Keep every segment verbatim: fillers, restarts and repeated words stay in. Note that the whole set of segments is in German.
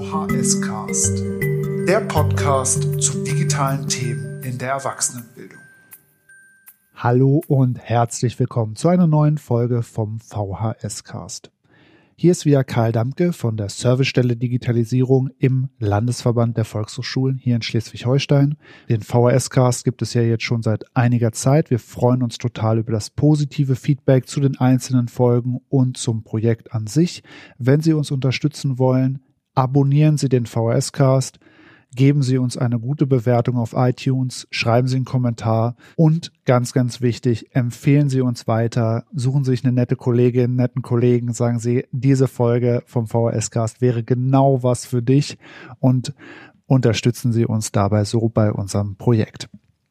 V H S Cast, der Podcast zu digitalen Themen in der Erwachsenenbildung. Hallo und herzlich willkommen zu einer neuen Folge vom V H S Cast. Hier ist wieder Karl Dampke von der Servicestelle Digitalisierung im Landesverband der Volkshochschulen hier in Schleswig-Holstein. Den V H S Cast gibt es ja jetzt schon seit einiger Zeit. Wir freuen uns total über das positive Feedback zu den einzelnen Folgen und zum Projekt an sich. Wenn Sie uns unterstützen wollen, abonnieren Sie den V H S Cast. Geben Sie uns eine gute Bewertung auf iTunes, schreiben Sie einen Kommentar und ganz, ganz wichtig, empfehlen Sie uns weiter, suchen Sie sich eine nette Kollegin, einen netten Kollegen, sagen Sie, diese Folge vom V H S Cast wäre genau was für dich und unterstützen Sie uns dabei so bei unserem Projekt.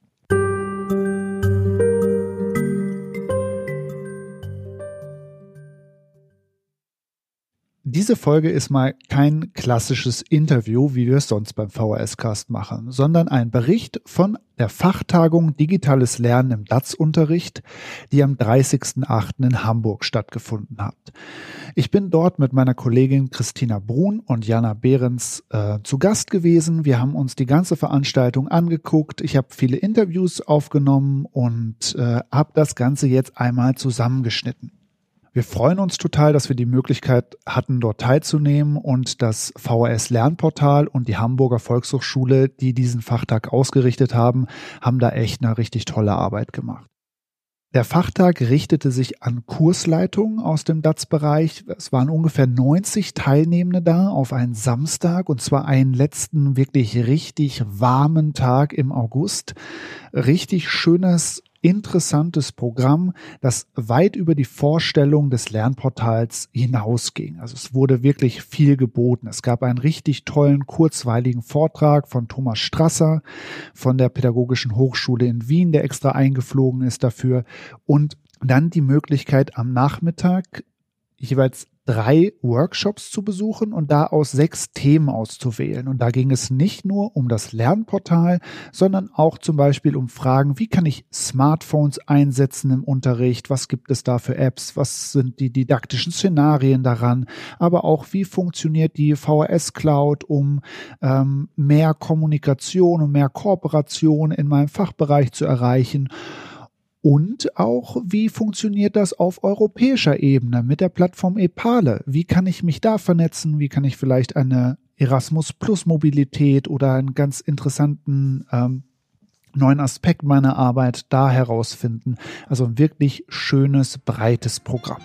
Diese Folge ist mal kein klassisches Interview, wie wir es sonst beim V H S Cast machen, sondern ein Bericht von der Fachtagung Digitales Lernen im D A Z-Unterricht, die am dreißigsten achten in Hamburg stattgefunden hat. Ich bin dort mit meiner Kollegin Christina Brun und Jana Behrens äh, zu Gast gewesen. Wir haben uns die ganze Veranstaltung angeguckt. Ich habe viele Interviews aufgenommen und äh, habe das Ganze jetzt einmal zusammengeschnitten. Wir freuen uns total, dass wir die Möglichkeit hatten, dort teilzunehmen und das V H S-Lernportal und die Hamburger Volkshochschule, die diesen Fachtag ausgerichtet haben, haben da echt eine richtig tolle Arbeit gemacht. Der Fachtag richtete sich an Kursleitungen aus dem D A Z-Bereich. Es waren ungefähr neunzig Teilnehmende da auf einen Samstag und zwar einen letzten wirklich richtig warmen Tag im August. Richtig schönes, interessantes Programm, das weit über die Vorstellung des Lernportals hinausging. Also es wurde wirklich viel geboten. Es gab einen richtig tollen, kurzweiligen Vortrag von Thomas Strasser von der Pädagogischen Hochschule in Wien, der extra eingeflogen ist dafür. Und dann die Möglichkeit am Nachmittag jeweils drei Workshops zu besuchen und da aus sechs Themen auszuwählen. Und da ging es nicht nur um das Lernportal, sondern auch zum Beispiel um Fragen, wie kann ich Smartphones einsetzen im Unterricht, was gibt es da für Apps, was sind die didaktischen Szenarien daran, aber auch wie funktioniert die V H S Cloud, um ähm, mehr Kommunikation und mehr Kooperation in meinem Fachbereich zu erreichen. Und auch, wie funktioniert das auf europäischer Ebene mit der Plattform EPALE? Wie kann ich mich da vernetzen? Wie kann ich vielleicht eine Erasmus-Plus-Mobilität oder einen ganz interessanten ähm, neuen Aspekt meiner Arbeit da herausfinden? Also ein wirklich schönes, breites Programm.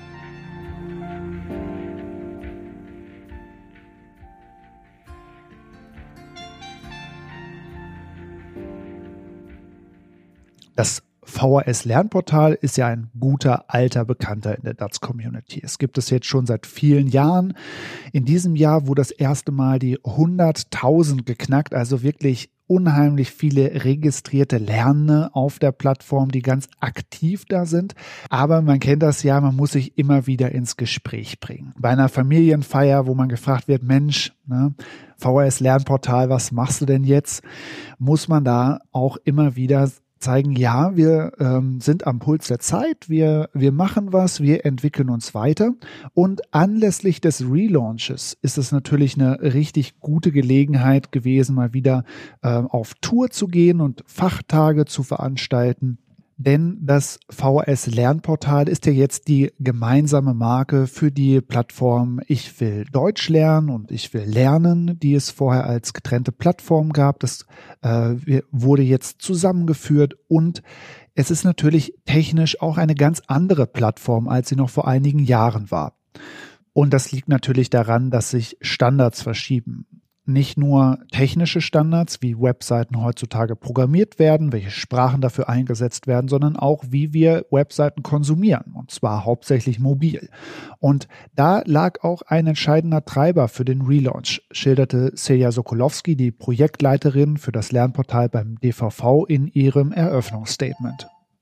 Das V H S-Lernportal ist ja ein guter, alter Bekannter in der D A Z-Community. Es gibt es jetzt schon seit vielen Jahren. In diesem Jahr wurde das erste Mal die hunderttausend geknackt, also wirklich unheimlich viele registrierte Lernende auf der Plattform, die ganz aktiv da sind. Aber man kennt das ja, man muss sich immer wieder ins Gespräch bringen. Bei einer Familienfeier, wo man gefragt wird, Mensch, ne, V H S-Lernportal, was machst du denn jetzt? Muss man da auch immer wieder zeigen, ja, wir ähm, sind am Puls der Zeit, wir, wir machen was, wir entwickeln uns weiter. Und anlässlich des Relaunches ist es natürlich eine richtig gute Gelegenheit gewesen, mal wieder äh, auf Tour zu gehen und Fachtage zu veranstalten. Denn das V H S-Lernportal ist ja jetzt die gemeinsame Marke für die Plattform Ich will Deutsch lernen und Ich will lernen, die es vorher als getrennte Plattform gab. Das äh, wurde jetzt zusammengeführt und es ist natürlich technisch auch eine ganz andere Plattform, als sie noch vor einigen Jahren war. Und das liegt natürlich daran, dass sich Standards verschieben. Nicht nur technische Standards, wie Webseiten heutzutage programmiert werden, welche Sprachen dafür eingesetzt werden, sondern auch, wie wir Webseiten konsumieren, und zwar hauptsächlich mobil. Und da lag auch ein entscheidender Treiber für den Relaunch, schilderte Celia Sokolowski, die Projektleiterin für das Lernportal beim D V V, in ihrem Eröffnungsstatement.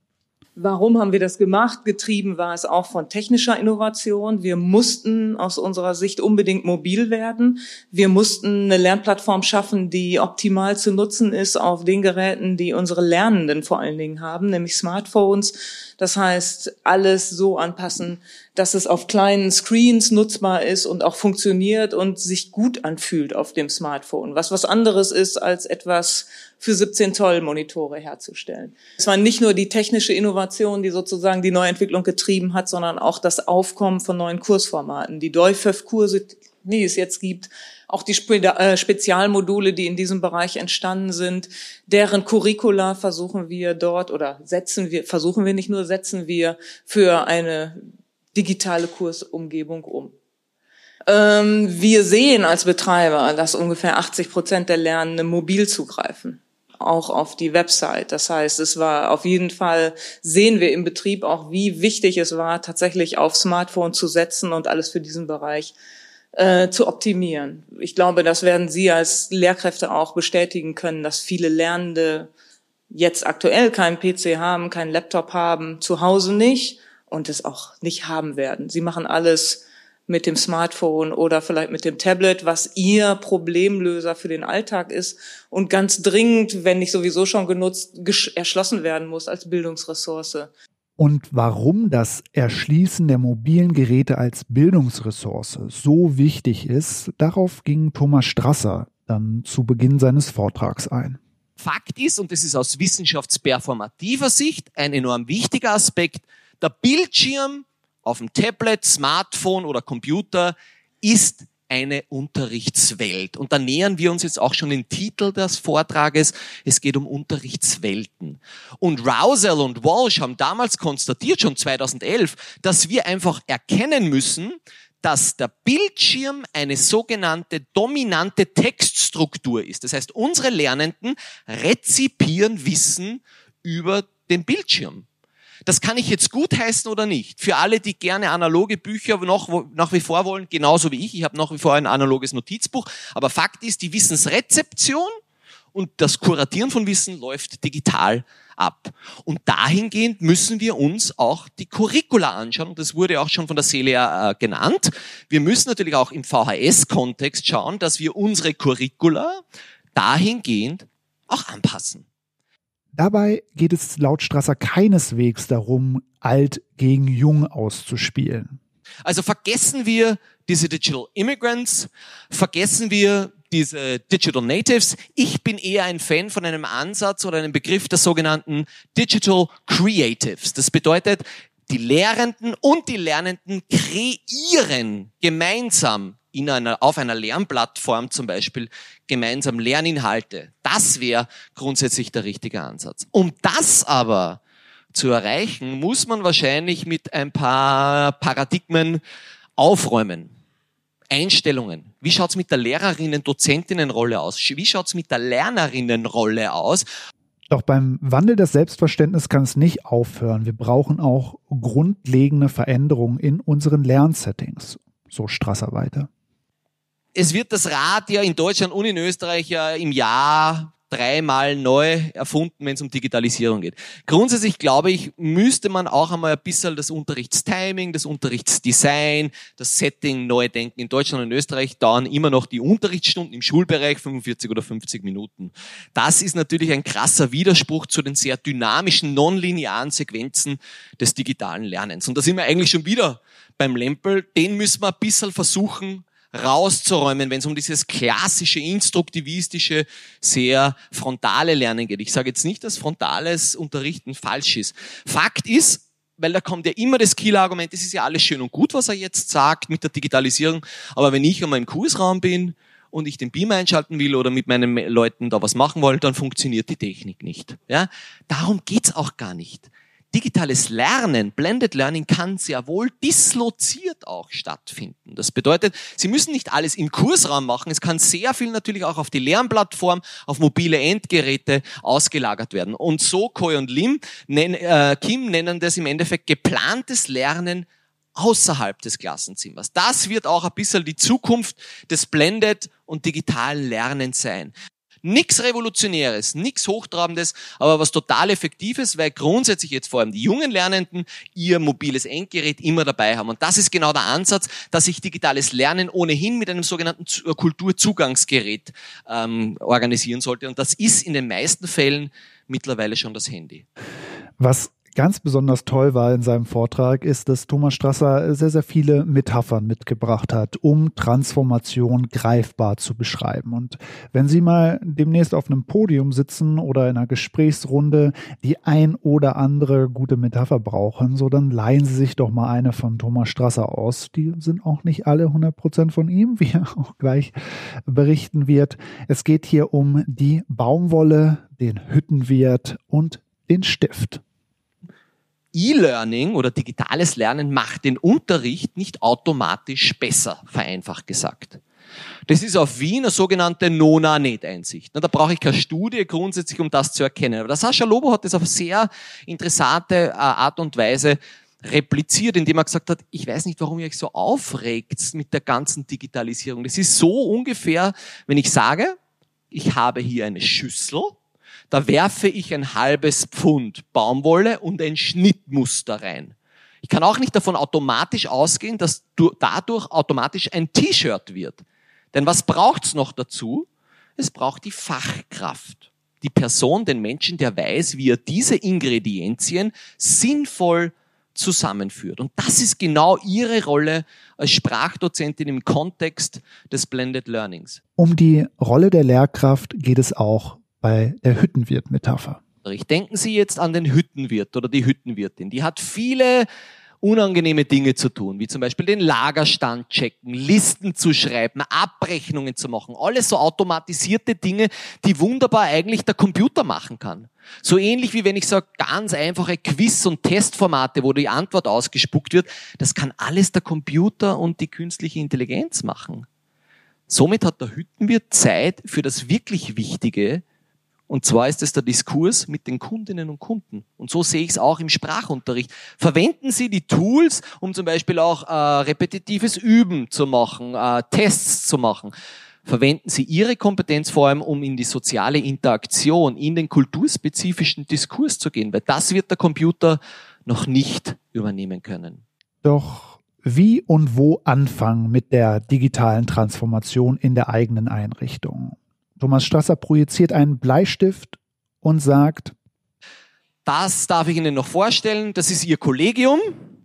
Warum haben wir das gemacht? Getrieben war es auch von technischer Innovation. Wir mussten aus unserer Sicht unbedingt mobil werden. Wir mussten eine Lernplattform schaffen, die optimal zu nutzen ist auf den Geräten, die unsere Lernenden vor allen Dingen haben, nämlich Smartphones. Das heißt, alles so anpassen, dass es auf kleinen Screens nutzbar ist und auch funktioniert und sich gut anfühlt auf dem Smartphone. Was was anderes ist, als etwas für siebzehn Zoll Monitore herzustellen. Es war nicht nur die technische Innovation, die sozusagen die Neuentwicklung getrieben hat, sondern auch das Aufkommen von neuen Kursformaten. Die D O I F Ö F-Kurse, die es jetzt gibt, auch die Spezialmodule, die in diesem Bereich entstanden sind, deren Curricula versuchen wir dort oder setzen wir, versuchen wir nicht nur, setzen wir für eine digitale Kursumgebung um. Ähm, wir sehen als Betreiber, dass ungefähr achtzig Prozent der Lernenden mobil zugreifen, auch auf die Website. Das heißt, es war auf jeden Fall, sehen wir im Betrieb auch, wie wichtig es war, tatsächlich auf Smartphone zu setzen und alles für diesen Bereich äh, zu optimieren. Ich glaube, das werden Sie als Lehrkräfte auch bestätigen können, dass viele Lernende jetzt aktuell keinen P C haben, keinen Laptop haben, zu Hause nicht und es auch nicht haben werden. Sie machen alles mit dem Smartphone oder vielleicht mit dem Tablet, was ihr Problemlöser für den Alltag ist und ganz dringend, wenn nicht sowieso schon genutzt, erschlossen werden muss als Bildungsressource. Und warum das Erschließen der mobilen Geräte als Bildungsressource so wichtig ist, darauf ging Thomas Strasser dann zu Beginn seines Vortrags ein. Fakt ist, und das ist aus wissenschaftsperformativer Sicht ein enorm wichtiger Aspekt, der Bildschirm auf dem Tablet, Smartphone oder Computer ist eine Unterrichtswelt. Und da nähern wir uns jetzt auch schon den Titel des Vortrages. Es geht um Unterrichtswelten. Und Rousel und Walsh haben damals konstatiert, schon zweitausendelf, dass wir einfach erkennen müssen, dass der Bildschirm eine sogenannte dominante Textstruktur ist. Das heißt, unsere Lernenden rezipieren Wissen über den Bildschirm. Das kann ich jetzt gutheißen oder nicht. Für alle, die gerne analoge Bücher noch nach wie vor wollen, genauso wie ich. Ich habe nach wie vor ein analoges Notizbuch. Aber Fakt ist, die Wissensrezeption und das Kuratieren von Wissen läuft digital ab. Und dahingehend müssen wir uns auch die Curricula anschauen. Und das wurde auch schon von der Celia äh, genannt. Wir müssen natürlich auch im V H S-Kontext schauen, dass wir unsere Curricula dahingehend auch anpassen. Dabei geht es laut Strasser keineswegs darum, alt gegen jung auszuspielen. Also vergessen wir diese Digital Immigrants, vergessen wir diese Digital Natives. Ich bin eher ein Fan von einem Ansatz oder einem Begriff der sogenannten Digital Creatives. Das bedeutet, die Lehrenden und die Lernenden kreieren gemeinsam in einer, auf einer Lernplattform zum Beispiel gemeinsam Lerninhalte. Das wäre grundsätzlich der richtige Ansatz. Um das aber zu erreichen, muss man wahrscheinlich mit ein paar Paradigmen aufräumen. Einstellungen. Wie schaut's mit der Lehrerinnen-Dozentinnen-Rolle aus? Wie schaut's mit der Lernerinnen-Rolle aus? Doch beim Wandel des Selbstverständnisses kann es nicht aufhören. Wir brauchen auch grundlegende Veränderungen in unseren Lernsettings. So Strasser weiter. Es wird das Rad ja in Deutschland und in Österreich ja im Jahr dreimal neu erfunden, wenn es um Digitalisierung geht. Grundsätzlich glaube ich, müsste man auch einmal ein bisschen das Unterrichtstiming, das Unterrichtsdesign, das Setting neu denken. In Deutschland und in Österreich dauern immer noch die Unterrichtsstunden im Schulbereich fünfundvierzig oder fünfzig Minuten. Das ist natürlich ein krasser Widerspruch zu den sehr dynamischen, nonlinearen Sequenzen des digitalen Lernens. Und da sind wir eigentlich schon wieder beim Lempel. Den müssen wir ein bisschen versuchen rauszuräumen, wenn es um dieses klassische, instruktivistische, sehr frontale Lernen geht. Ich sage jetzt nicht, dass frontales Unterrichten falsch ist. Fakt ist, weil da kommt ja immer das Killer-Argument, das ist ja alles schön und gut, was er jetzt sagt mit der Digitalisierung, aber wenn ich einmal im Kursraum bin und ich den Beamer einschalten will oder mit meinen Leuten da was machen will, dann funktioniert die Technik nicht. Ja? Darum geht's auch gar nicht. Digitales Lernen, Blended Learning, kann sehr wohl disloziert auch stattfinden. Das bedeutet, Sie müssen nicht alles im Kursraum machen. Es kann sehr viel natürlich auch auf die Lernplattform, auf mobile Endgeräte ausgelagert werden. Und so Koy und Lim, nenn, äh, Kim nennen das im Endeffekt geplantes Lernen außerhalb des Klassenzimmers. Das wird auch ein bisschen die Zukunft des Blended und digitalen Lernens sein. Nichts Revolutionäres, nichts Hochtrabendes, aber was total Effektives, weil grundsätzlich jetzt vor allem die jungen Lernenden ihr mobiles Endgerät immer dabei haben. Und das ist genau der Ansatz, dass sich digitales Lernen ohnehin mit einem sogenannten Kulturzugangsgerät ähm, organisieren sollte. Und das ist in den meisten Fällen mittlerweile schon das Handy. Was ganz besonders toll war in seinem Vortrag, ist, dass Thomas Strasser sehr, sehr viele Metaphern mitgebracht hat, um Transformation greifbar zu beschreiben. Und wenn Sie mal demnächst auf einem Podium sitzen oder in einer Gesprächsrunde die ein oder andere gute Metapher brauchen, so dann leihen Sie sich doch mal eine von Thomas Strasser aus. Die sind auch nicht alle hundert Prozent von ihm, wie er auch gleich berichten wird. Es geht hier um die Baumwolle, den Hüttenwirt und den Stift. E-Learning oder digitales Lernen macht den Unterricht nicht automatisch besser, vereinfacht gesagt. Das ist auf Wien eine sogenannte Nona-Net-Einsicht. Da brauche ich keine Studie grundsätzlich, um das zu erkennen. Aber der Sascha Lobo hat das auf sehr interessante Art und Weise repliziert, indem er gesagt hat, ich weiß nicht, warum ihr euch so aufregt mit der ganzen Digitalisierung. Das ist so ungefähr, wenn ich sage, ich habe hier eine Schüssel, da werfe ich ein halbes Pfund Baumwolle und ein Schnittmuster rein. Ich kann auch nicht davon automatisch ausgehen, dass dadurch automatisch ein T-Shirt wird. Denn was braucht's noch dazu? Es braucht die Fachkraft. Die Person, den Menschen, der weiß, wie er diese Ingredienzien sinnvoll zusammenführt. Und das ist genau Ihre Rolle als Sprachdozentin im Kontext des Blended Learnings. Um die Rolle der Lehrkraft geht es auch bei der Hüttenwirt-Metapher. Denken Sie jetzt an den Hüttenwirt oder die Hüttenwirtin. Die hat viele unangenehme Dinge zu tun, wie zum Beispiel den Lagerstand checken, Listen zu schreiben, Abrechnungen zu machen. Alles so automatisierte Dinge, die wunderbar eigentlich der Computer machen kann. So ähnlich wie wenn ich so ganz einfache Quiz- und Testformate, wo die Antwort ausgespuckt wird, das kann alles der Computer und die künstliche Intelligenz machen. Somit hat der Hüttenwirt Zeit für das wirklich Wichtige. Und zwar ist es der Diskurs mit den Kundinnen und Kunden. Und so sehe ich es auch im Sprachunterricht. Verwenden Sie die Tools, um zum Beispiel auch äh, repetitives Üben zu machen, äh, Tests zu machen. Verwenden Sie Ihre Kompetenz vor allem, um in die soziale Interaktion, in den kulturspezifischen Diskurs zu gehen, weil das wird der Computer noch nicht übernehmen können. Doch wie und wo anfangen mit der digitalen Transformation in der eigenen Einrichtung? Thomas Strasser projiziert einen Bleistift und sagt: Das darf ich Ihnen noch vorstellen. Das ist Ihr Kollegium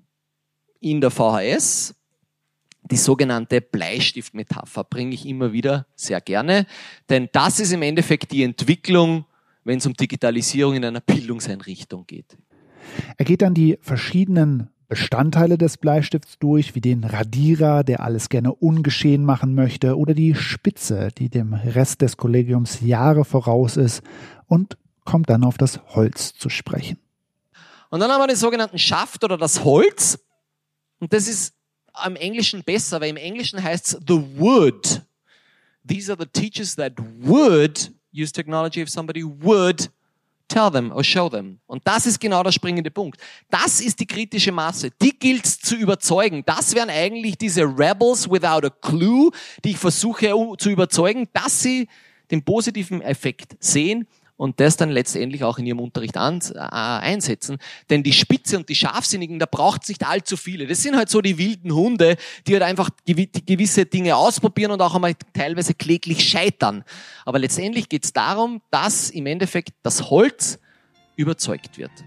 in der V H S. Die sogenannte Bleistiftmetapher bringe ich immer wieder sehr gerne. Denn das ist im Endeffekt die Entwicklung, wenn es um Digitalisierung in einer Bildungseinrichtung geht. Er geht dann die verschiedenen Bestandteile des Bleistifts durch, wie den Radierer, der alles gerne ungeschehen machen möchte, oder die Spitze, die dem Rest des Kollegiums Jahre voraus ist, und kommt dann auf das Holz zu sprechen. Und dann haben wir den sogenannten Schaft oder das Holz. Und das ist im Englischen besser, weil im Englischen heißt es the wood. These are the teachers that would use technology if somebody would tell them or show them. Und das ist genau der springende Punkt. Das ist die kritische Masse. Die gilt es zu überzeugen. Das wären eigentlich diese Rebels without a clue, die ich versuche zu überzeugen, dass sie den positiven Effekt sehen und das dann letztendlich auch in ihrem Unterricht an, äh, einsetzen. Denn die Spitze und die Scharfsinnigen, da braucht es nicht allzu viele. Das sind halt so die wilden Hunde, die halt einfach gew- die gewisse Dinge ausprobieren und auch einmal teilweise kläglich scheitern. Aber letztendlich geht es darum, dass im Endeffekt das Holz überzeugt wird.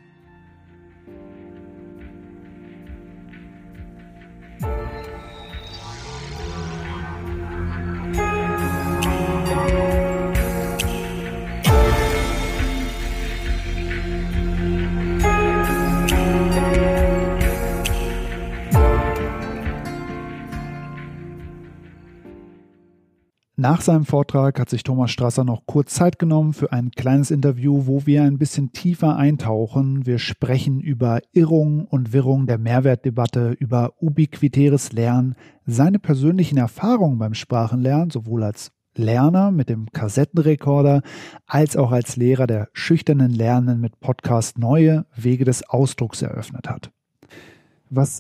Nach seinem Vortrag hat sich Thomas Strasser noch kurz Zeit genommen für ein kleines Interview, wo wir ein bisschen tiefer eintauchen. Wir sprechen über Irrung und Wirrung der Mehrwertdebatte, über ubiquitäres Lernen, seine persönlichen Erfahrungen beim Sprachenlernen, sowohl als Lerner mit dem Kassettenrekorder als auch als Lehrer, der schüchternen Lernenden mit Podcast neue Wege des Ausdrucks eröffnet hat. Was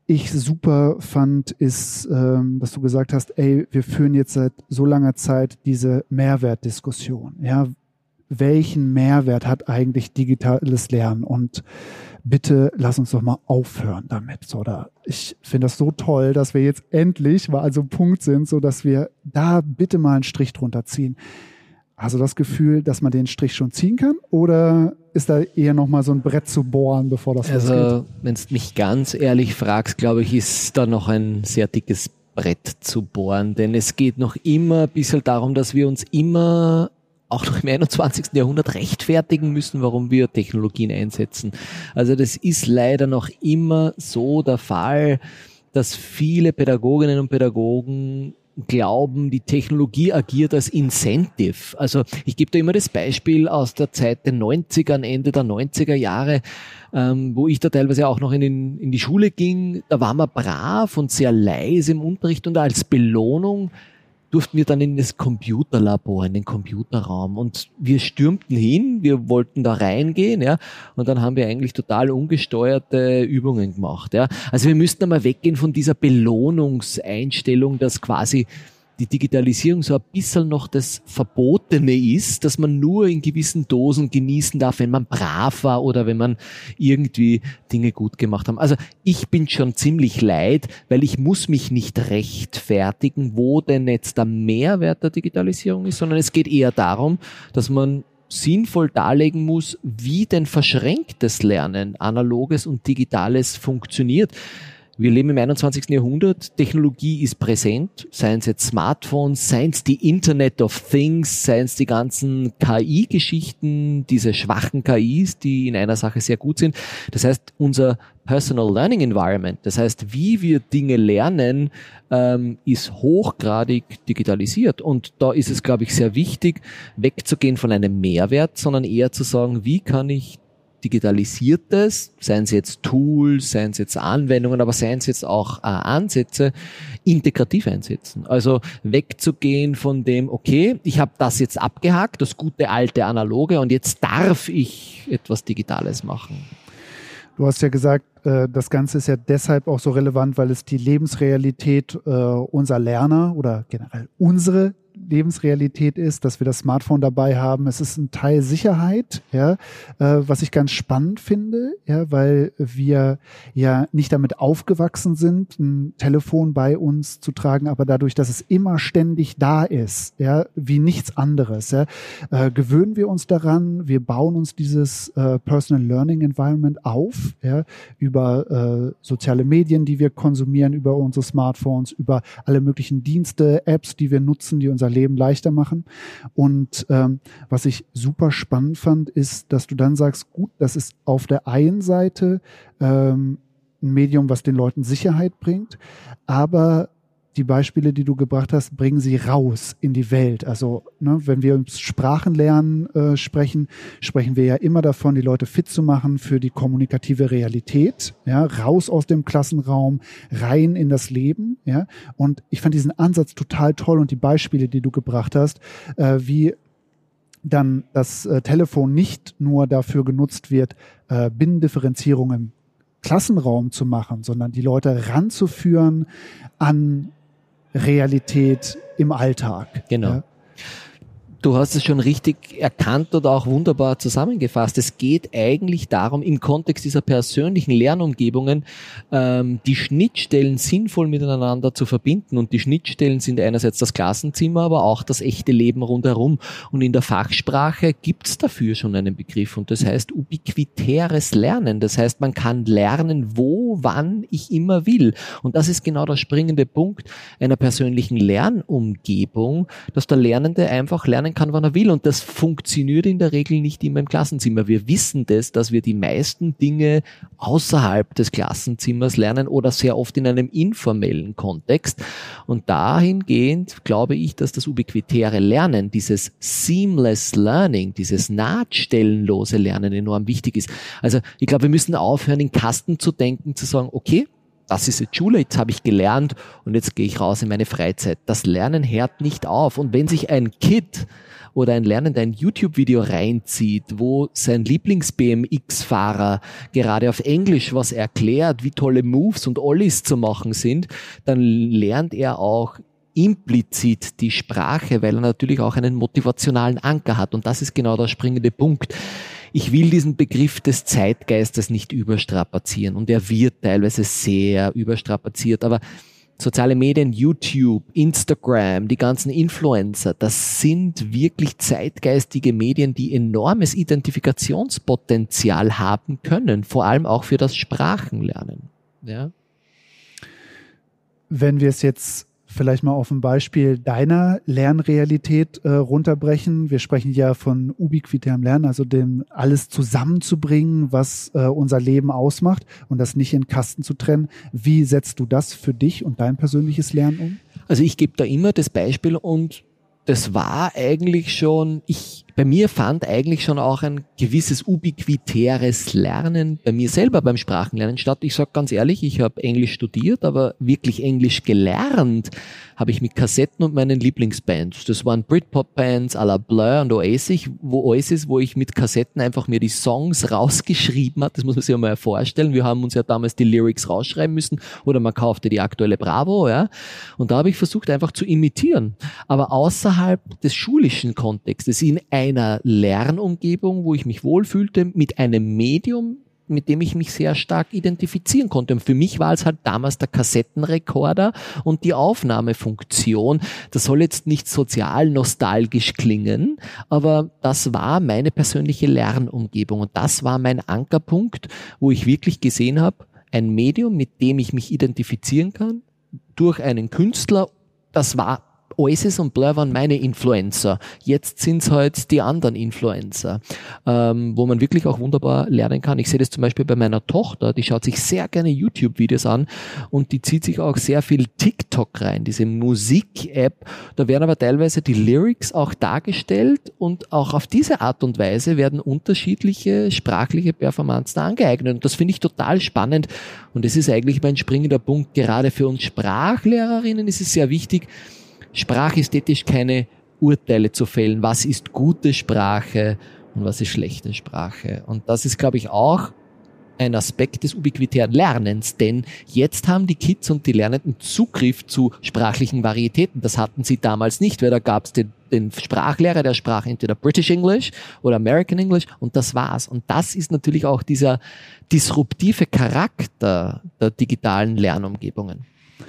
ich super fand, ist, ähm, dass du gesagt hast, ey, wir führen jetzt seit so langer Zeit diese Mehrwertdiskussion. Ja, welchen Mehrwert hat eigentlich digitales Lernen? Und bitte lass uns doch mal aufhören damit. So, oder ich finde das so toll, dass wir jetzt endlich mal an so einem Punkt sind, so dass wir da bitte mal einen Strich drunter ziehen. Hast du das Gefühl, dass man den Strich schon ziehen kann? Oder ist da eher nochmal so ein Brett zu bohren, bevor das losgeht? Also, wenn du mich ganz ehrlich fragst, glaube ich, ist da noch ein sehr dickes Brett zu bohren. Denn es geht noch immer ein bisschen darum, dass wir uns immer auch noch im einundzwanzigsten Jahrhundert rechtfertigen müssen, warum wir Technologien einsetzen. Also das ist leider noch immer so der Fall, dass viele Pädagoginnen und Pädagogen glauben, die Technologie agiert als Incentive. Also ich gebe da immer das Beispiel aus der Zeit der neunziger, Ende der neunziger Jahre, ähm, wo ich da teilweise auch noch in, den, in die Schule ging. Da waren wir brav und sehr leise im Unterricht und als Belohnung durften wir dann in das Computerlabor, in den Computerraum und wir stürmten hin, wir wollten da reingehen, ja, und dann haben wir eigentlich total ungesteuerte Übungen gemacht, ja. Also wir müssten einmal weggehen von dieser Belohnungseinstellung, dass quasi die Digitalisierung so ein bisschen noch das Verbotene ist, dass man nur in gewissen Dosen genießen darf, wenn man brav war oder wenn man irgendwie Dinge gut gemacht hat. Also ich bin schon ziemlich leid, weil ich muss mich nicht rechtfertigen, wo denn jetzt der Mehrwert der Digitalisierung ist, sondern es geht eher darum, dass man sinnvoll darlegen muss, wie denn verschränktes Lernen, analoges und digitales funktioniert. Wir leben im einundzwanzigsten Jahrhundert, Technologie ist präsent, seien es jetzt Smartphones, seien es die Internet of Things, seien es die ganzen K I-Geschichten, diese schwachen K Is, die in einer Sache sehr gut sind. Das heißt, unser Personal Learning Environment, das heißt, wie wir Dinge lernen, ähm, ist hochgradig digitalisiert. Und da ist es, glaube ich, sehr wichtig, wegzugehen von einem Mehrwert, sondern eher zu sagen, wie kann ich Digitalisiertes, seien es jetzt Tools, seien es jetzt Anwendungen, aber seien es jetzt auch äh, Ansätze, integrativ einsetzen. Also wegzugehen von dem, okay, ich habe das jetzt abgehakt, das gute alte Analoge und jetzt darf ich etwas Digitales machen. Du hast ja gesagt, äh, das Ganze ist ja deshalb auch so relevant, weil es die Lebensrealität äh, unserer Lerner oder generell unsere Lebensrealität ist, dass wir das Smartphone dabei haben. Es ist ein Teil Sicherheit, ja, äh, was ich ganz spannend finde, ja, weil wir ja nicht damit aufgewachsen sind, ein Telefon bei uns zu tragen, aber dadurch, dass es immer ständig da ist, ja, wie nichts anderes, ja, äh, gewöhnen wir uns daran. Wir bauen uns dieses äh, Personal Learning Environment auf, ja, über äh, soziale Medien, die wir konsumieren, über unsere Smartphones, über alle möglichen Dienste, Apps, die wir nutzen, die unser Leben leichter machen. Und ähm, was ich super spannend fand, ist, dass du dann sagst, gut, das ist auf der einen Seite ähm, ein Medium, was den Leuten Sicherheit bringt, aber die Beispiele, die du gebracht hast, bringen sie raus in die Welt. Also ne, wenn wir ums Sprachenlernen äh, sprechen, sprechen wir ja immer davon, die Leute fit zu machen für die kommunikative Realität, ja, raus aus dem Klassenraum, rein in das Leben. Ja. Und ich fand diesen Ansatz total toll und die Beispiele, die du gebracht hast, äh, wie dann das äh, Telefon nicht nur dafür genutzt wird, äh, Binnendifferenzierung im Klassenraum zu machen, sondern die Leute ranzuführen an Realität im Alltag. Genau. Ja. Du hast es schon richtig erkannt oder auch wunderbar zusammengefasst. Es geht eigentlich darum, im Kontext dieser persönlichen Lernumgebungen ähm, die Schnittstellen sinnvoll miteinander zu verbinden. Und die Schnittstellen sind einerseits das Klassenzimmer, aber auch das echte Leben rundherum. Und in der Fachsprache gibt's dafür schon einen Begriff und das heißt ubiquitäres Lernen. Das heißt, man kann lernen, wo, wann ich immer will. Und das ist genau der springende Punkt einer persönlichen Lernumgebung, dass der Lernende einfach lernen kann, wann er will. Und das funktioniert in der Regel nicht immer im Klassenzimmer. Wir wissen das, dass wir die meisten Dinge außerhalb des Klassenzimmers lernen oder sehr oft in einem informellen Kontext. Und dahingehend glaube ich, dass das ubiquitäre Lernen, dieses seamless Learning, dieses nahtstellenlose Lernen enorm wichtig ist. Also ich glaube, wir müssen aufhören, in Kasten zu denken, zu sagen, okay, das ist jetzt Schule, jetzt habe ich gelernt und jetzt gehe ich raus in meine Freizeit. Das Lernen hört nicht auf. Und wenn sich ein Kid oder ein Lernender ein YouTube-Video reinzieht, wo sein Lieblings-B M X-Fahrer gerade auf Englisch was erklärt, wie tolle Moves und Ollies zu machen sind, dann lernt er auch implizit die Sprache, weil er natürlich auch einen motivationalen Anker hat. Und das ist genau der springende Punkt. Ich will diesen Begriff des Zeitgeistes nicht überstrapazieren und er wird teilweise sehr überstrapaziert, aber soziale Medien, YouTube, Instagram, die ganzen Influencer, das sind wirklich zeitgeistige Medien, die enormes Identifikationspotenzial haben können, vor allem auch für das Sprachenlernen. Ja. Wenn wir es jetzt vielleicht mal auf ein Beispiel deiner Lernrealität äh, runterbrechen. Wir sprechen ja von ubiquitärem Lernen, also dem alles zusammenzubringen, was äh, unser Leben ausmacht und das nicht in Kasten zu trennen. Wie setzt du das für dich und dein persönliches Lernen um? Also ich gebe da immer das Beispiel und das war eigentlich schon, ich, bei mir fand eigentlich schon auch ein gewisses ubiquitäres Lernen bei mir selber beim Sprachenlernen statt. Ich sage ganz ehrlich, ich habe Englisch studiert, aber wirklich Englisch gelernt habe ich mit Kassetten und meinen Lieblingsbands. Das waren Britpop-Bands à la Blur und Oasis, wo Oasis, wo ich mit Kassetten einfach mir die Songs rausgeschrieben habe. Das muss man sich mal vorstellen. Wir haben uns ja damals die Lyrics rausschreiben müssen oder man kaufte die aktuelle Bravo, ja. Und da habe ich versucht einfach zu imitieren. Aber außerhalb des schulischen Kontextes, in einer Lernumgebung, wo ich mich wohlfühlte, mit einem Medium, mit dem ich mich sehr stark identifizieren konnte. Und für mich war es halt damals der Kassettenrekorder und die Aufnahmefunktion. Das soll jetzt nicht sozial nostalgisch klingen, aber das war meine persönliche Lernumgebung und das war mein Ankerpunkt, wo ich wirklich gesehen habe, ein Medium, mit dem ich mich identifizieren kann, durch einen Künstler, das war Oasis und Blur waren meine Influencer. Jetzt sind es halt die anderen Influencer, ähm, wo man wirklich auch wunderbar lernen kann. Ich sehe das zum Beispiel bei meiner Tochter, die schaut sich sehr gerne YouTube-Videos an und die zieht sich auch sehr viel TikTok rein, diese Musik-App. Da werden aber teilweise die Lyrics auch dargestellt und auch auf diese Art und Weise werden unterschiedliche sprachliche Performanzen angeeignet. Und das finde ich total spannend und das ist eigentlich mein springender Punkt. Gerade für uns Sprachlehrerinnen ist es sehr wichtig, sprachästhetisch keine Urteile zu fällen. Was ist gute Sprache und was ist schlechte Sprache? Und das ist, glaube ich, auch ein Aspekt des ubiquitären Lernens, denn jetzt haben die Kids und die Lernenden Zugriff zu sprachlichen Varietäten. Das hatten sie damals nicht, weil da gab es den, den Sprachlehrer, der sprach entweder British English oder American English und das war's. Und das ist natürlich auch dieser disruptive Charakter der digitalen Lernumgebungen.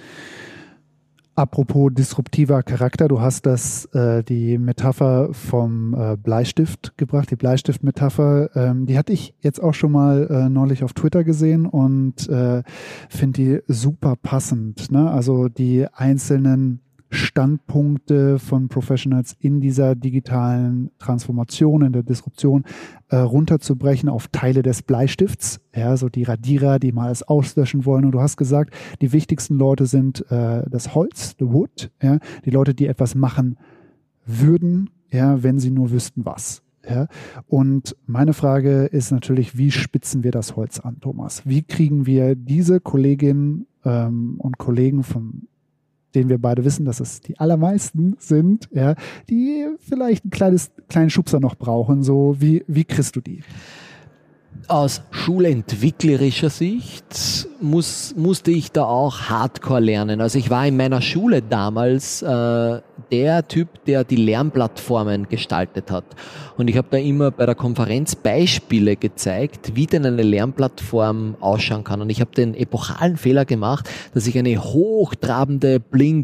Apropos disruptiver Charakter, du hast das, äh, die Metapher vom äh, Bleistift gebracht, die Bleistift-Metapher, ähm, die hatte ich jetzt auch schon mal äh, neulich auf Twitter gesehen und äh, finde die super passend, ne? Also die einzelnen Standpunkte von Professionals in dieser digitalen Transformation, in der Disruption äh, runterzubrechen auf Teile des Bleistifts, ja, so die Radierer, die mal alles auslöschen wollen. Und du hast gesagt, die wichtigsten Leute sind äh, das Holz, the wood, ja, die Leute, die etwas machen würden, ja, wenn sie nur wüssten, was. Ja. Und meine Frage ist natürlich, wie spitzen wir das Holz an, Thomas? Wie kriegen wir diese Kolleginnen ähm, und Kollegen vom den wir beide wissen, dass es die allermeisten sind, ja, die vielleicht ein kleines, kleinen Schubser noch brauchen, so wie, wie kriegst du die? Aus schulentwicklerischer Sicht muss, musste ich da auch Hardcore lernen. Also ich war in meiner Schule damals äh, der Typ, der die Lernplattformen gestaltet hat. Und ich habe da immer bei der Konferenz Beispiele gezeigt, wie denn eine Lernplattform ausschauen kann. Und ich habe den epochalen Fehler gemacht, dass ich eine hochtrabende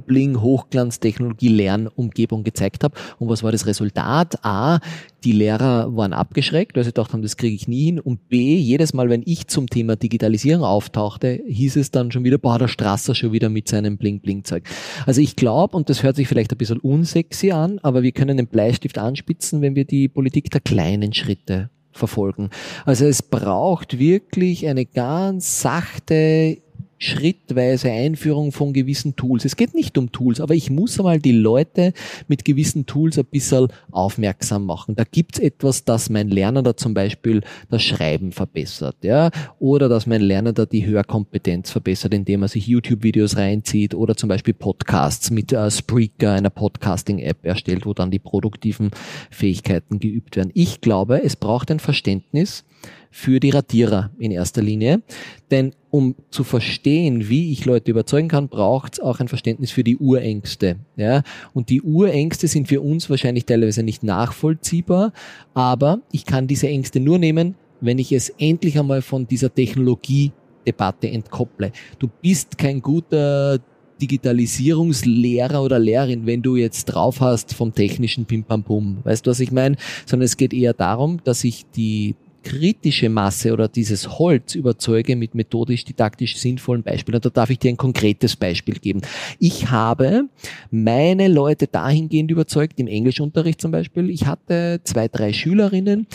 Bling-Bling-Hochglanztechnologie-Lernumgebung gezeigt habe. Und was war das Resultat? A, die Lehrer waren abgeschreckt, weil sie gedacht haben, das kriege ich nie hin. Und B, jedes Mal, wenn ich zum Thema Digitalisierung auftauchte, hieß es dann schon wieder, boah, der Strasser schon wieder mit seinem Bling-Bling-Zeug. Also ich glaube, und das hört sich vielleicht ein bisschen unsexy an, aber wir können den Bleistift anspitzen, wenn wir die Politik der kleinen Schritte verfolgen. Also es braucht wirklich eine ganz sachte schrittweise Einführung von gewissen Tools. Es geht nicht um Tools, aber ich muss einmal die Leute mit gewissen Tools ein bisschen aufmerksam machen. Da gibt's etwas, das mein Lernender zum Beispiel das Schreiben verbessert, ja, oder dass mein Lernender die Hörkompetenz verbessert, indem er sich YouTube-Videos reinzieht oder zum Beispiel Podcasts mit äh, Spreaker, einer Podcasting-App erstellt, wo dann die produktiven Fähigkeiten geübt werden. Ich glaube, es braucht ein Verständnis für die Radierer in erster Linie, denn um zu verstehen, wie ich Leute überzeugen kann, braucht es auch ein Verständnis für die Urängste. Ja? Und die Urängste sind für uns wahrscheinlich teilweise nicht nachvollziehbar, aber ich kann diese Ängste nur nehmen, wenn ich es endlich einmal von dieser Technologiedebatte entkopple. Du bist kein guter Digitalisierungslehrer oder Lehrerin, wenn du jetzt drauf hast vom technischen Pim-Pam-Pum. Weißt du, was ich meine? Sondern es geht eher darum, dass ich die kritische Masse oder dieses Holz überzeuge mit methodisch-didaktisch sinnvollen Beispielen. Und da darf ich dir ein konkretes Beispiel geben. Ich habe meine Leute dahingehend überzeugt, im Englischunterricht zum Beispiel. Ich hatte zwei, drei Schülerinnen,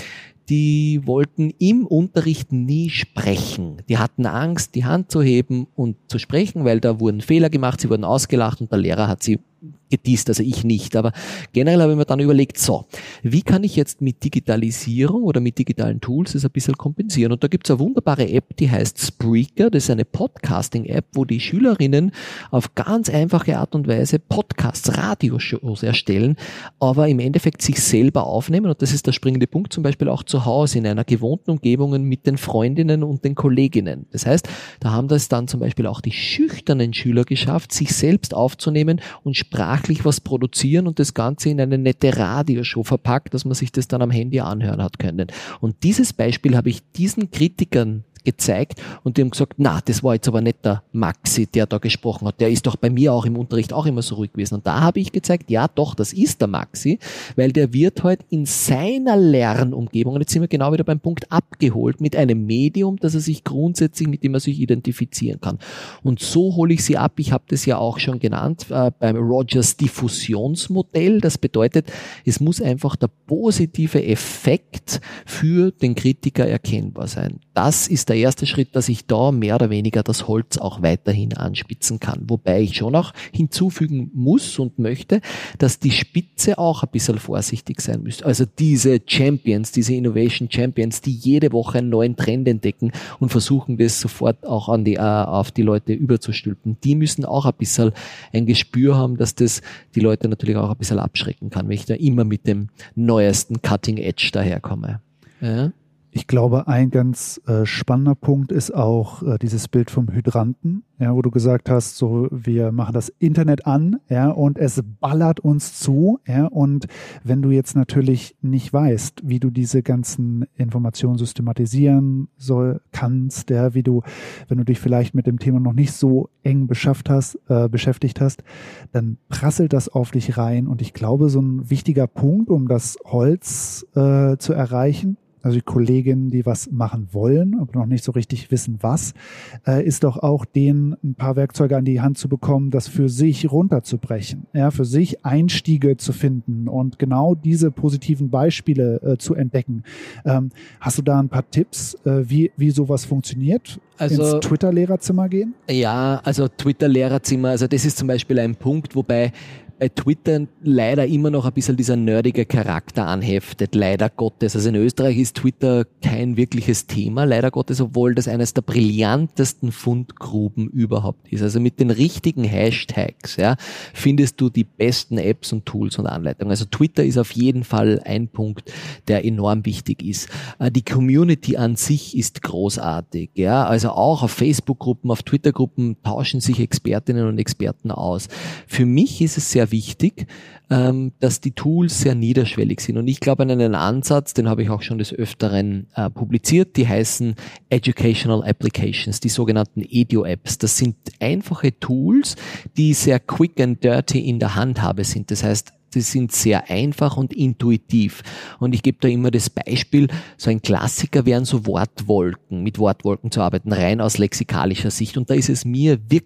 die wollten im Unterricht nie sprechen. Die hatten Angst, die Hand zu heben und zu sprechen, weil da wurden Fehler gemacht, sie wurden ausgelacht und der Lehrer hat sie gedisst, also ich nicht. Aber generell habe ich mir dann überlegt, so, wie kann ich jetzt mit Digitalisierung oder mit digitalen Tools das ein bisschen kompensieren? Und da gibt es eine wunderbare App, die heißt Spreaker. Das ist eine Podcasting-App, wo die Schülerinnen auf ganz einfache Art und Weise Podcasts, Radioshows erstellen, aber im Endeffekt sich selber aufnehmen. Und das ist der springende Punkt, zum Beispiel auch zu Hause in einer gewohnten Umgebung mit den Freundinnen und den Kolleginnen. Das heißt, da haben das dann zum Beispiel auch die schüchternen Schüler geschafft, sich selbst aufzunehmen und sprachlich was produzieren und das Ganze in eine nette Radioshow verpackt, dass man sich das dann am Handy anhören hat können. Und dieses Beispiel habe ich diesen Kritikern gezeigt und die haben gesagt, na, das war jetzt aber nicht der Maxi, der da gesprochen hat, der ist doch bei mir auch im Unterricht auch immer so ruhig gewesen. Und da habe ich gezeigt, ja doch, das ist der Maxi, weil der wird halt in seiner Lernumgebung, und jetzt sind wir genau wieder beim Punkt, abgeholt mit einem Medium, dass er sich grundsätzlich, mit dem er sich identifizieren kann. Und so hole ich sie ab, ich habe das ja auch schon genannt, äh, beim Rogers Diffusionsmodell. Das bedeutet, es muss einfach der positive Effekt für den Kritiker erkennbar sein. Das ist der erste Schritt, dass ich da mehr oder weniger das Holz auch weiterhin anspitzen kann. Wobei ich schon auch hinzufügen muss und möchte, dass die Spitze auch ein bisschen vorsichtig sein müsste. Also diese Champions, diese Innovation Champions, die jede Woche einen neuen Trend entdecken und versuchen, das sofort auch an die, äh, auf die Leute überzustülpen, die müssen auch ein bisschen ein Gespür haben, dass das die Leute natürlich auch ein bisschen abschrecken kann, wenn ich da immer mit dem neuesten Cutting Edge daherkomme. Ja? Ich glaube, ein ganz äh, spannender Punkt ist auch äh, dieses Bild vom Hydranten, ja, wo du gesagt hast, so wir machen das Internet an, ja, und es ballert uns zu, ja, und wenn du jetzt natürlich nicht weißt, wie du diese ganzen Informationen systematisieren soll, kannst, ja, wie du, wenn du dich vielleicht mit dem Thema noch nicht so eng beschäftigt hast, äh, beschäftigt hast, dann prasselt das auf dich rein. Und ich glaube, so ein wichtiger Punkt, um das Holz äh, zu erreichen, also die Kolleginnen, die was machen wollen, aber noch nicht so richtig wissen, was, äh, ist doch auch denen ein paar Werkzeuge an die Hand zu bekommen, das für sich runterzubrechen, ja, für sich Einstiege zu finden und genau diese positiven Beispiele äh, zu entdecken. Ähm, hast du da ein paar Tipps, äh, wie, wie sowas funktioniert? Also, ins Twitter-Lehrerzimmer gehen? Ja, also Twitter-Lehrerzimmer, also das ist zum Beispiel ein Punkt, wobei bei Twitter leider immer noch ein bisschen dieser nerdige Charakter anheftet, leider Gottes. Also in Österreich ist Twitter kein wirkliches Thema, leider Gottes, obwohl das eines der brillantesten Fundgruben überhaupt ist. Also mit den richtigen Hashtags, ja, findest du die besten Apps und Tools und Anleitungen. Also Twitter ist auf jeden Fall ein Punkt, der enorm wichtig ist. Die Community an sich ist großartig, ja. Also auch auf Facebook-Gruppen, auf Twitter-Gruppen tauschen sich Expertinnen und Experten aus. Für mich ist es sehr wichtig, ähm, dass die Tools sehr niederschwellig sind. Und ich glaube an einen Ansatz, den habe ich auch schon des Öfteren äh, publiziert, die heißen Educational Applications, die sogenannten Edu-Apps. Das sind einfache Tools, die sehr quick and dirty in der Handhabe sind. Das heißt, die sind sehr einfach und intuitiv. Und ich gebe da immer das Beispiel, so ein Klassiker wären so Wortwolken, mit Wortwolken zu arbeiten, rein aus lexikalischer Sicht. Und da ist es mir wirklich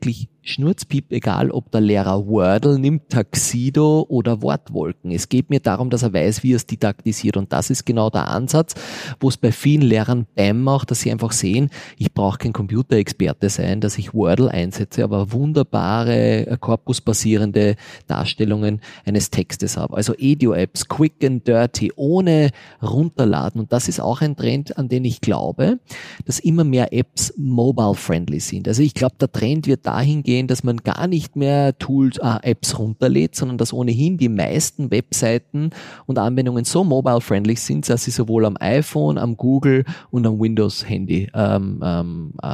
Schnurzpiep egal, ob der Lehrer Wordle nimmt, Tuxedo oder Wortwolken. Es geht mir darum, dass er weiß, wie er es didaktisiert. Und das ist genau der Ansatz, wo es bei vielen Lehrern Bam macht, dass sie einfach sehen, ich brauche kein Computerexperte sein, dass ich Wordle einsetze, aber wunderbare, korpusbasierende Darstellungen eines Textes habe. Also Edu-Apps, quick and dirty, ohne runterladen. Und das ist auch ein Trend, an den ich glaube, dass immer mehr Apps mobile-friendly sind. Also ich glaube, der Trend wird dahin gehen, dass man gar nicht mehr Tools, äh, Apps runterlädt, sondern dass ohnehin die meisten Webseiten und Anwendungen so mobile-friendly sind, dass sie sowohl am iPhone, am Google und am Windows-Handy ähm, ähm, äh,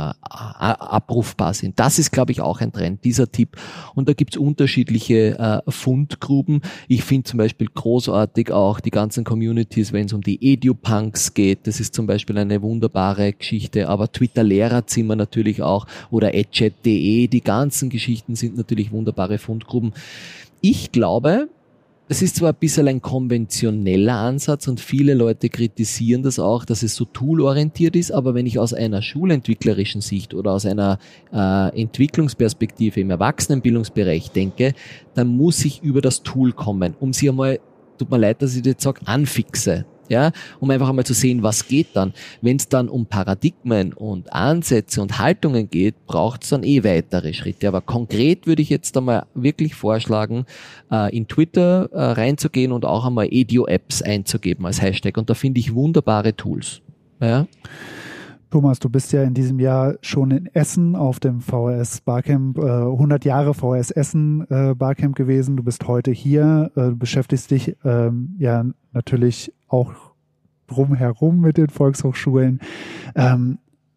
abrufbar sind. Das ist, glaube ich, auch ein Trend, dieser Tipp. Und da gibt's unterschiedliche äh, Fundgruben. Ich finde zum Beispiel großartig auch die ganzen Communities, wenn es um die Edu-Punks geht. Das ist zum Beispiel eine wunderbare Geschichte. Aber Twitter-Lehrerzimmer natürlich auch oder edchat punkt de, die ganzen Geschichten sind natürlich wunderbare Fundgruben. Ich glaube, das ist zwar ein bisschen ein konventioneller Ansatz und viele Leute kritisieren das auch, dass es so toolorientiert ist, aber wenn ich aus einer schulentwicklerischen Sicht oder aus einer äh, Entwicklungsperspektive im Erwachsenenbildungsbereich denke, dann muss ich über das Tool kommen, um sie einmal, tut mir leid, dass ich das jetzt sage, anfixe. Ja, um einfach einmal zu sehen, was geht dann. Wenn es dann um Paradigmen und Ansätze und Haltungen geht, braucht es dann eh weitere Schritte. Aber konkret würde ich jetzt einmal wirklich vorschlagen, äh, in Twitter äh, reinzugehen und auch einmal Edu-Apps einzugeben als Hashtag. Und da finde ich wunderbare Tools. Ja. Thomas, du bist ja in diesem Jahr schon in Essen auf dem V H S Barcamp, äh, hundert Jahre V H S Essen äh, Barcamp gewesen. Du bist heute hier, äh, beschäftigst dich ähm, ja natürlich auch drumherum mit den Volkshochschulen. Ähm,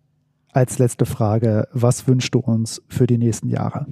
als letzte Frage, was wünschst du uns für die nächsten Jahre?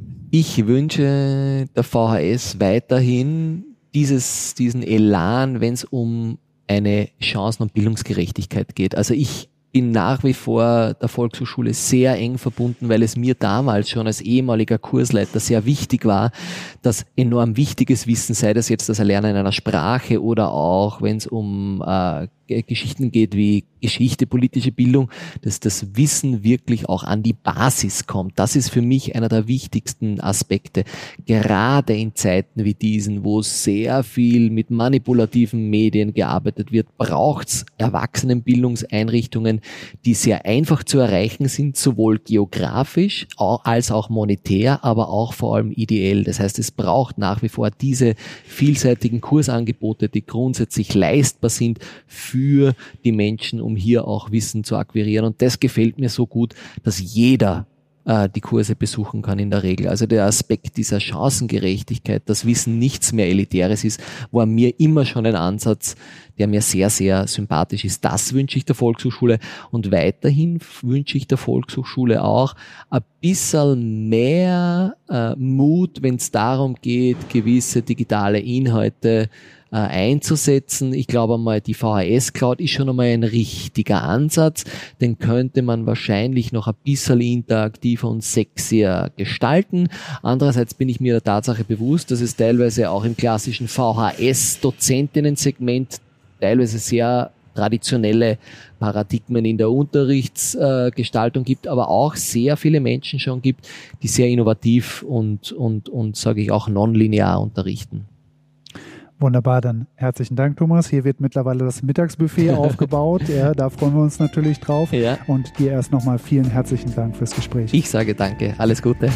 Ich wünsche der V H S weiterhin dieses, diesen Elan, wenn es um eine Chancen- und Bildungsgerechtigkeit geht. Also ich bin nach wie vor der Volkshochschule sehr eng verbunden, weil es mir damals schon als ehemaliger Kursleiter sehr wichtig war, dass enorm wichtiges Wissen, sei das jetzt das Erlernen einer Sprache oder auch, wenn es um äh, Geschichten geht wie Geschichte, politische Bildung, dass das Wissen wirklich auch an die Basis kommt. Das ist für mich einer der wichtigsten Aspekte. Gerade in Zeiten wie diesen, wo sehr viel mit manipulativen Medien gearbeitet wird, braucht es Erwachsenenbildungseinrichtungen, die sehr einfach zu erreichen sind, sowohl geografisch als auch monetär, aber auch vor allem ideell. Das heißt, es braucht nach wie vor diese vielseitigen Kursangebote, die grundsätzlich leistbar sind für die Menschen, um hier auch Wissen zu akquirieren. Und das gefällt mir so gut, dass jeder äh, die Kurse besuchen kann in der Regel. Also der Aspekt dieser Chancengerechtigkeit, dass Wissen nichts mehr Elitäres ist, war mir immer schon ein Ansatz, der mir sehr, sehr sympathisch ist. Das wünsche ich der Volkshochschule. Und weiterhin wünsche ich der Volkshochschule auch ein bisschen mehr äh, Mut, wenn es darum geht, gewisse digitale Inhalte einzusetzen. Ich glaube einmal, die V H S-Cloud ist schon einmal ein richtiger Ansatz. Den könnte man wahrscheinlich noch ein bisschen interaktiver und sexier gestalten. Andererseits bin ich mir der Tatsache bewusst, dass es teilweise auch im klassischen V H S-Dozentinnen-Segment teilweise sehr traditionelle Paradigmen in der Unterrichtsgestaltung äh, gibt, aber auch sehr viele Menschen schon gibt, die sehr innovativ und, und, und sage ich auch nonlinear unterrichten. Wunderbar, dann herzlichen Dank, Thomas. Hier wird mittlerweile das Mittagsbuffet aufgebaut. Ja, da freuen wir uns natürlich drauf. Ja. Und dir erst nochmal vielen herzlichen Dank fürs Gespräch. Ich sage danke. Alles Gute.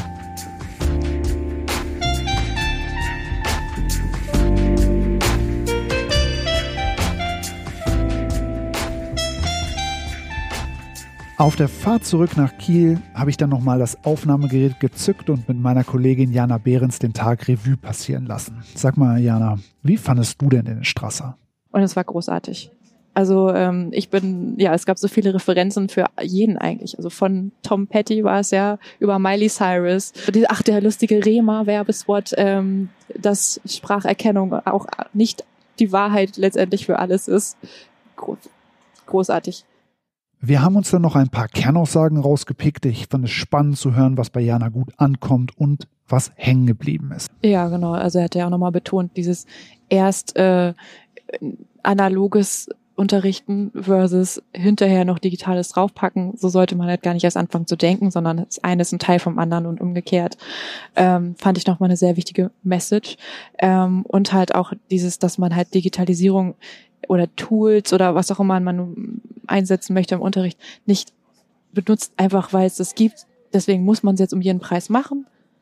Auf der Fahrt zurück nach Kiel habe ich dann nochmal das Aufnahmegerät gezückt und mit meiner Kollegin Jana Behrens den Tag Revue passieren lassen. Sag mal, Jana, wie fandest du denn den Strasser? Und es war großartig. Also ähm, ich bin, ja, es gab so viele Referenzen für jeden eigentlich. Also von Tom Petty war es ja, über Miley Cyrus. Ach, der lustige Rema-Werbespot, ähm, dass Spracherkennung auch nicht die Wahrheit letztendlich für alles ist. Großartig. Wir haben uns dann noch ein paar Kernaussagen rausgepickt. Ich fand es spannend zu hören, was bei Jana gut ankommt und was hängen geblieben ist. Ja, genau. Also er hat ja auch nochmal betont, dieses erst äh, analoges unterrichten versus hinterher noch Digitales draufpacken. So sollte man halt gar nicht erst anfangen zu denken, sondern das eine ist ein Teil vom anderen und umgekehrt. Ähm, fand ich nochmal eine sehr wichtige Message. Ähm, und halt auch dieses, dass man halt Digitalisierung oder Tools oder was auch immer man einsetzen möchte im Unterricht nicht benutzt, einfach weil es das gibt. Deswegen muss man es jetzt um jeden Preis machen,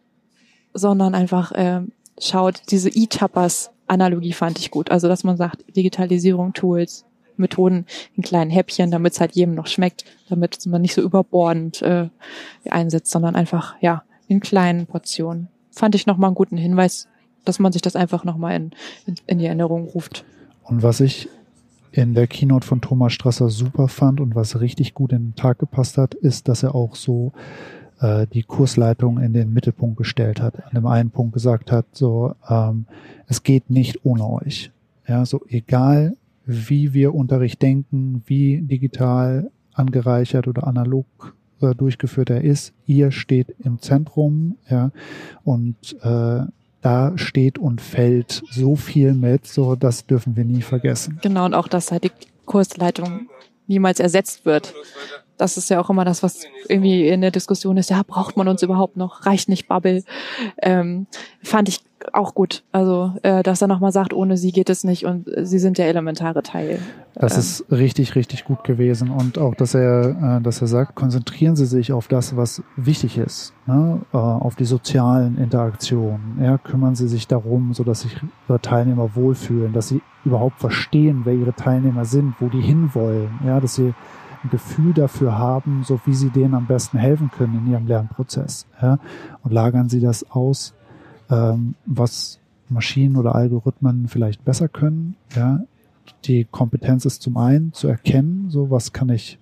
sondern einfach äh, schaut, diese E-Tappers-Analogie fand ich gut. Also, dass man sagt, Digitalisierung, Tools, Methoden in kleinen Häppchen, damit es halt jedem noch schmeckt, damit man nicht so überbordend äh, einsetzt, sondern einfach, ja, in kleinen Portionen. Fand ich nochmal einen guten Hinweis, dass man sich das einfach nochmal in, in, in die Erinnerung ruft. Und was ich in der Keynote von Thomas Strasser super fand und was richtig gut in den Tag gepasst hat, ist, dass er auch so äh, die Kursleitung in den Mittelpunkt gestellt hat. An dem einen Punkt gesagt hat, so, ähm, es geht nicht ohne euch. Ja, so egal, wie wir Unterricht denken, wie digital angereichert oder analog äh, durchgeführt er ist. Ihr steht im Zentrum, ja, und äh, da steht und fällt so viel mit, so das dürfen wir nie vergessen. Genau, und auch, dass halt die Kursleitung niemals ersetzt wird. Das ist ja auch immer das, was irgendwie in der Diskussion ist. Ja, braucht man uns überhaupt noch? Reicht nicht Bubble? Ähm, fand ich auch gut. Also, äh, dass er nochmal sagt, ohne sie geht es nicht und sie sind der elementare Teil. Das ähm. ist richtig, richtig gut gewesen. Und auch, dass er, äh, dass er sagt, konzentrieren Sie sich auf das, was wichtig ist, ne? äh, auf die sozialen Interaktionen. Ja? Kümmern Sie sich darum, sodass sich Ihre Teilnehmer wohlfühlen, dass sie überhaupt verstehen, wer Ihre Teilnehmer sind, wo die hinwollen, ja, dass sie ein Gefühl dafür haben, so wie sie denen am besten helfen können in ihrem Lernprozess. Ja? Und lagern Sie das aus, ähm, was Maschinen oder Algorithmen vielleicht besser können. Ja? Die Kompetenz ist zum einen zu erkennen, so was kann ich,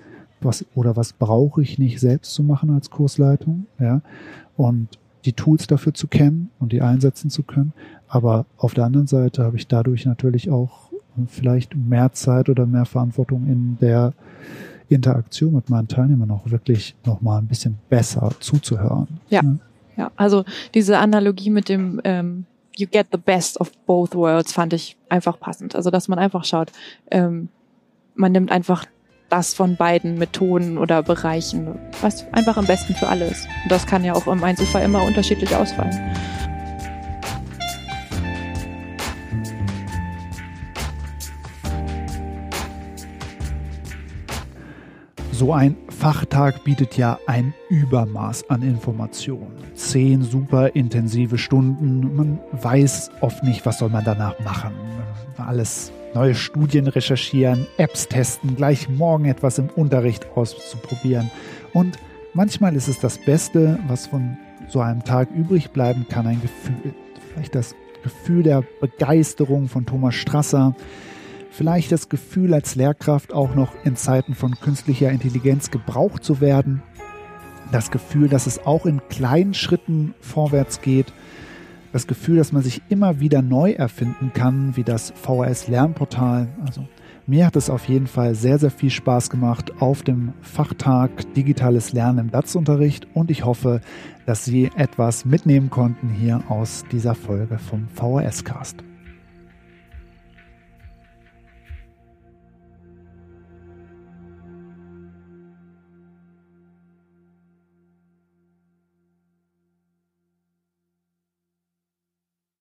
was oder was brauche ich nicht selbst zu machen als Kursleitung, ja, und die Tools dafür zu kennen und die einsetzen zu können. Aber auf der anderen Seite habe ich dadurch natürlich auch vielleicht mehr Zeit oder mehr Verantwortung in der Interaktion mit meinen Teilnehmern auch wirklich nochmal ein bisschen besser zuzuhören. Ja, ja, ja. Also diese Analogie mit dem ähm, You get the best of both worlds fand ich einfach passend. Also dass man einfach schaut, ähm, man nimmt einfach das von beiden Methoden oder Bereichen, was einfach am besten für alle ist. Und das kann ja auch im Einzelfall immer unterschiedlich ausfallen. So ein Fachtag bietet ja ein Übermaß an Informationen. Zehn super intensive Stunden. Man weiß oft nicht, was soll man danach machen. Alles neue Studien recherchieren, Apps testen, gleich morgen etwas im Unterricht auszuprobieren. Und manchmal ist es das Beste, was von so einem Tag übrig bleiben kann, ein Gefühl. Vielleicht das Gefühl der Begeisterung von Thomas Strasser. Vielleicht das Gefühl, als Lehrkraft auch noch in Zeiten von künstlicher Intelligenz gebraucht zu werden. Das Gefühl, dass es auch in kleinen Schritten vorwärts geht. Das Gefühl, dass man sich immer wieder neu erfinden kann, wie das V H S-Lernportal. Also mir hat es auf jeden Fall sehr, sehr viel Spaß gemacht auf dem Fachtag Digitales Lernen im D A Z Unterricht. Und ich hoffe, dass Sie etwas mitnehmen konnten hier aus dieser Folge vom V H S-Cast.